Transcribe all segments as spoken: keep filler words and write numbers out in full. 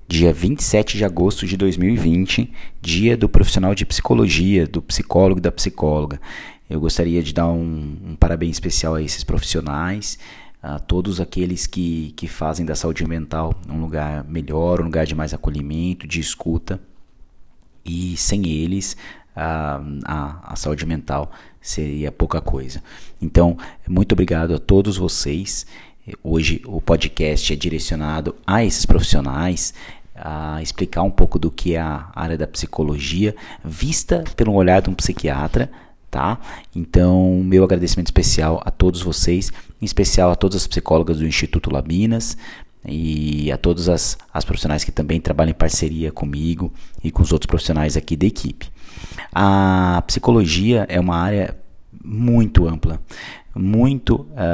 dia vinte e sete de agosto de dois mil e vinte, dia do profissional de psicologia, do psicólogo e da psicóloga. Eu gostaria de dar um, um parabéns especial a esses profissionais, a todos aqueles que, que fazem da saúde mental um lugar melhor, um lugar de mais acolhimento, de escuta, e sem eles a, a, a saúde mental seria pouca coisa. Então, muito obrigado a todos vocês. Hoje o podcast é direcionado a esses profissionais, a explicar um pouco do que é a área da psicologia, vista pelo olhar de um psiquiatra, tá? Então, meu agradecimento especial a todos vocês, em especial a todas as psicólogas do Instituto Labinas e a todas as, as profissionais que também trabalham em parceria comigo e com os outros profissionais aqui da equipe. A psicologia é uma área muito ampla, muito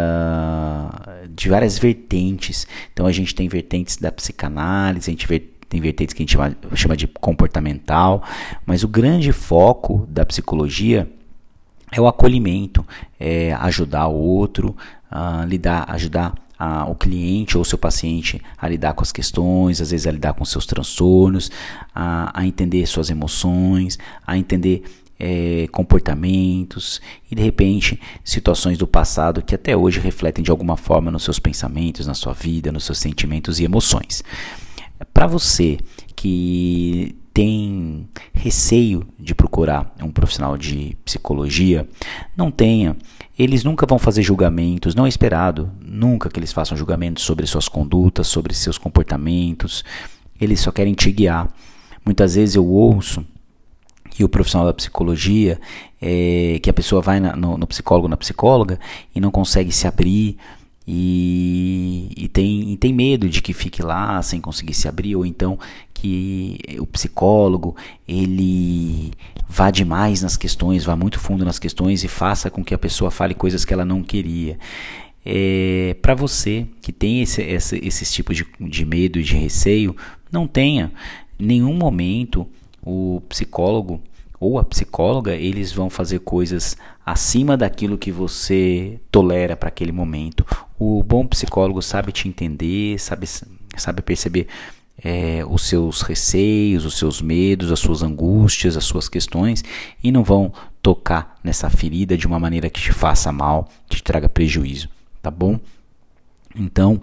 uh, de várias vertentes. Então a gente tem vertentes da psicanálise, a gente vê, tem vertentes que a gente chama, chama de comportamental, mas o grande foco da psicologia é o acolhimento, é ajudar o outro, uh, lidar, ajudar uh, o cliente ou o seu paciente a lidar com as questões, às vezes a lidar com seus transtornos, a, a entender suas emoções, a entender É, comportamentos e de repente situações do passado que até hoje refletem de alguma forma nos seus pensamentos, na sua vida, nos seus sentimentos e emoções. Para você que tem receio de procurar um profissional de psicologia, não tenha. Eles nunca vão fazer julgamentos, não é esperado nunca que eles façam julgamentos sobre suas condutas, sobre seus comportamentos. Eles só querem te guiar. Muitas vezes eu ouço que o profissional da psicologia, é, que a pessoa vai na, no, no psicólogo, na psicóloga e não consegue se abrir e, e, tem, e tem medo de que fique lá sem conseguir se abrir, ou então que o psicólogo ele vá demais nas questões, vá muito fundo nas questões e faça com que a pessoa fale coisas que ela não queria. É, para você que tem esse, esse, esses tipos de, de medo e de receio, não tenha. Em nenhum momento o psicólogo ou a psicóloga, eles vão fazer coisas acima daquilo que você tolera para aquele momento. O bom psicólogo sabe te entender, sabe, sabe perceber é, os seus receios, os seus medos, as suas angústias, as suas questões, e não vão tocar nessa ferida de uma maneira que te faça mal, que te traga prejuízo, tá bom? Então,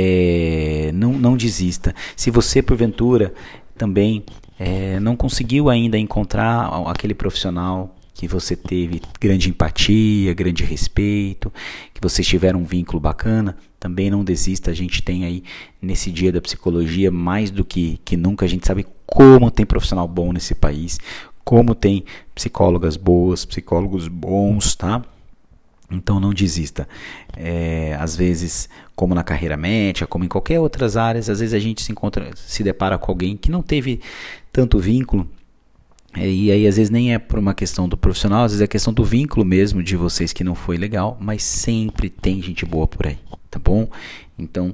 é, não, não desista. Se você, porventura, também É, não conseguiu ainda encontrar aquele profissional que você teve grande empatia, grande respeito, que vocês tiveram um vínculo bacana, também não desista. A gente tem aí nesse dia da psicologia, mais do que, que nunca, a gente sabe como tem profissional bom nesse país, como tem psicólogas boas, psicólogos bons, tá? Então não desista. É, às vezes, como na carreira médica, como em qualquer outras áreas, às vezes a gente se encontra, se depara com alguém que não teve tanto vínculo, é, e aí às vezes nem é por uma questão do profissional, às vezes é questão do vínculo mesmo de vocês que não foi legal, mas sempre tem gente boa por aí, tá bom? Então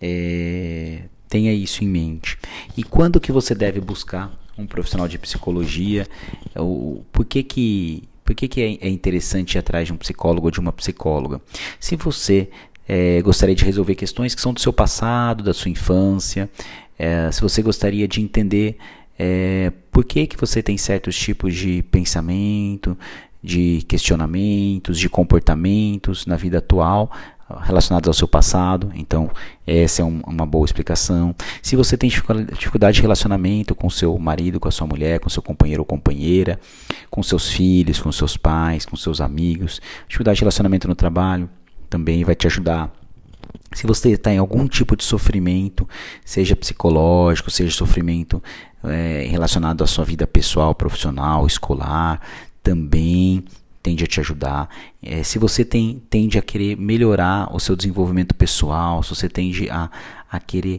é, tenha isso em mente. E quando que você deve buscar um profissional de psicologia? O, por que que Por que, que é interessante ir atrás de um psicólogo ou de uma psicóloga? Se você é, gostaria de resolver questões que são do seu passado, da sua infância, é, se você gostaria de entender é, por que, que você tem certos tipos de pensamento, de questionamentos, de comportamentos na vida atual relacionados ao seu passado, então essa é um, uma boa explicação. Se você tem dificuldade de relacionamento com seu marido, com a sua mulher, com seu companheiro ou companheira, com seus filhos, com seus pais, com seus amigos, dificuldade de relacionamento no trabalho, também vai te ajudar. Se você está em algum tipo de sofrimento, seja psicológico, seja sofrimento é, relacionado à sua vida pessoal, profissional, escolar, também tende a te ajudar. É, se você tem, tende a querer melhorar o seu desenvolvimento pessoal, se você tende a, a querer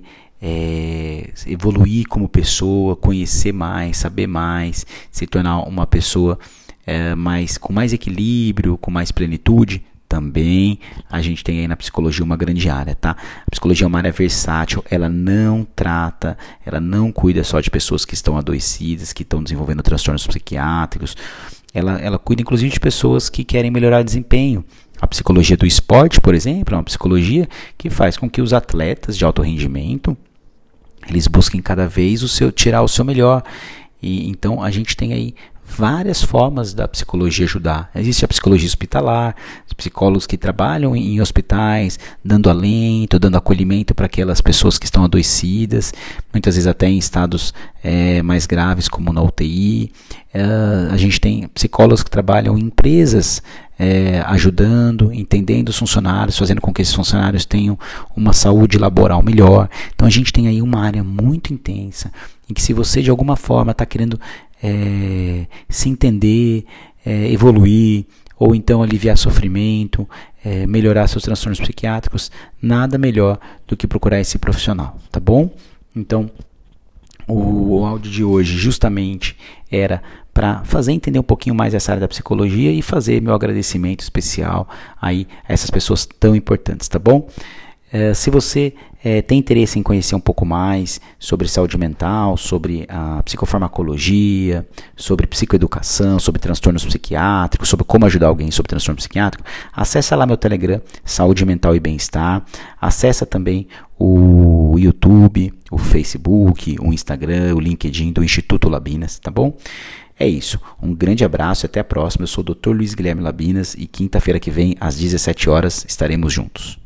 é, evoluir como pessoa, conhecer mais, saber mais, se tornar uma pessoa é, mais, com mais equilíbrio, com mais plenitude, também a gente tem aí na psicologia uma grande área, tá? A psicologia é uma área versátil, ela não trata, ela não cuida só de pessoas que estão adoecidas, que estão desenvolvendo transtornos psiquiátricos, ela, ela cuida inclusive de pessoas que querem melhorar o desempenho. A psicologia do esporte, por exemplo, é uma psicologia que faz com que os atletas de alto rendimento eles busquem cada vez o seu, tirar o seu melhor. E então a gente tem aí várias formas da psicologia ajudar. Existe a psicologia hospitalar, os psicólogos que trabalham em hospitais, dando alento, dando acolhimento para aquelas pessoas que estão adoecidas, muitas vezes até em estados é, mais graves, como na U T I. É, a gente tem psicólogos que trabalham em empresas, é, ajudando, entendendo os funcionários, fazendo com que esses funcionários tenham uma saúde laboral melhor. Então a gente tem aí uma área muito intensa, em que se você de alguma forma está querendo É, se entender, é, evoluir, ou então aliviar sofrimento, é, melhorar seus transtornos psiquiátricos, nada melhor do que procurar esse profissional, tá bom? Então, o, o áudio de hoje justamente era para fazer entender um pouquinho mais essa área da psicologia e fazer meu agradecimento especial aí a essas pessoas tão importantes, tá bom? É, se você é, tem interesse em conhecer um pouco mais sobre saúde mental, sobre a psicofarmacologia, sobre psicoeducação, sobre transtornos psiquiátricos, sobre como ajudar alguém sobre transtorno psiquiátrico, acessa lá meu Telegram, Saúde Mental e Bem-Estar, acessa também o YouTube, o Facebook, o Instagram, o LinkedIn do Instituto Labinas, tá bom? É isso, um grande abraço e até a próxima. Eu sou o doutor Luiz Guilherme Labinas e quinta-feira que vem, às dezessete horas, estaremos juntos.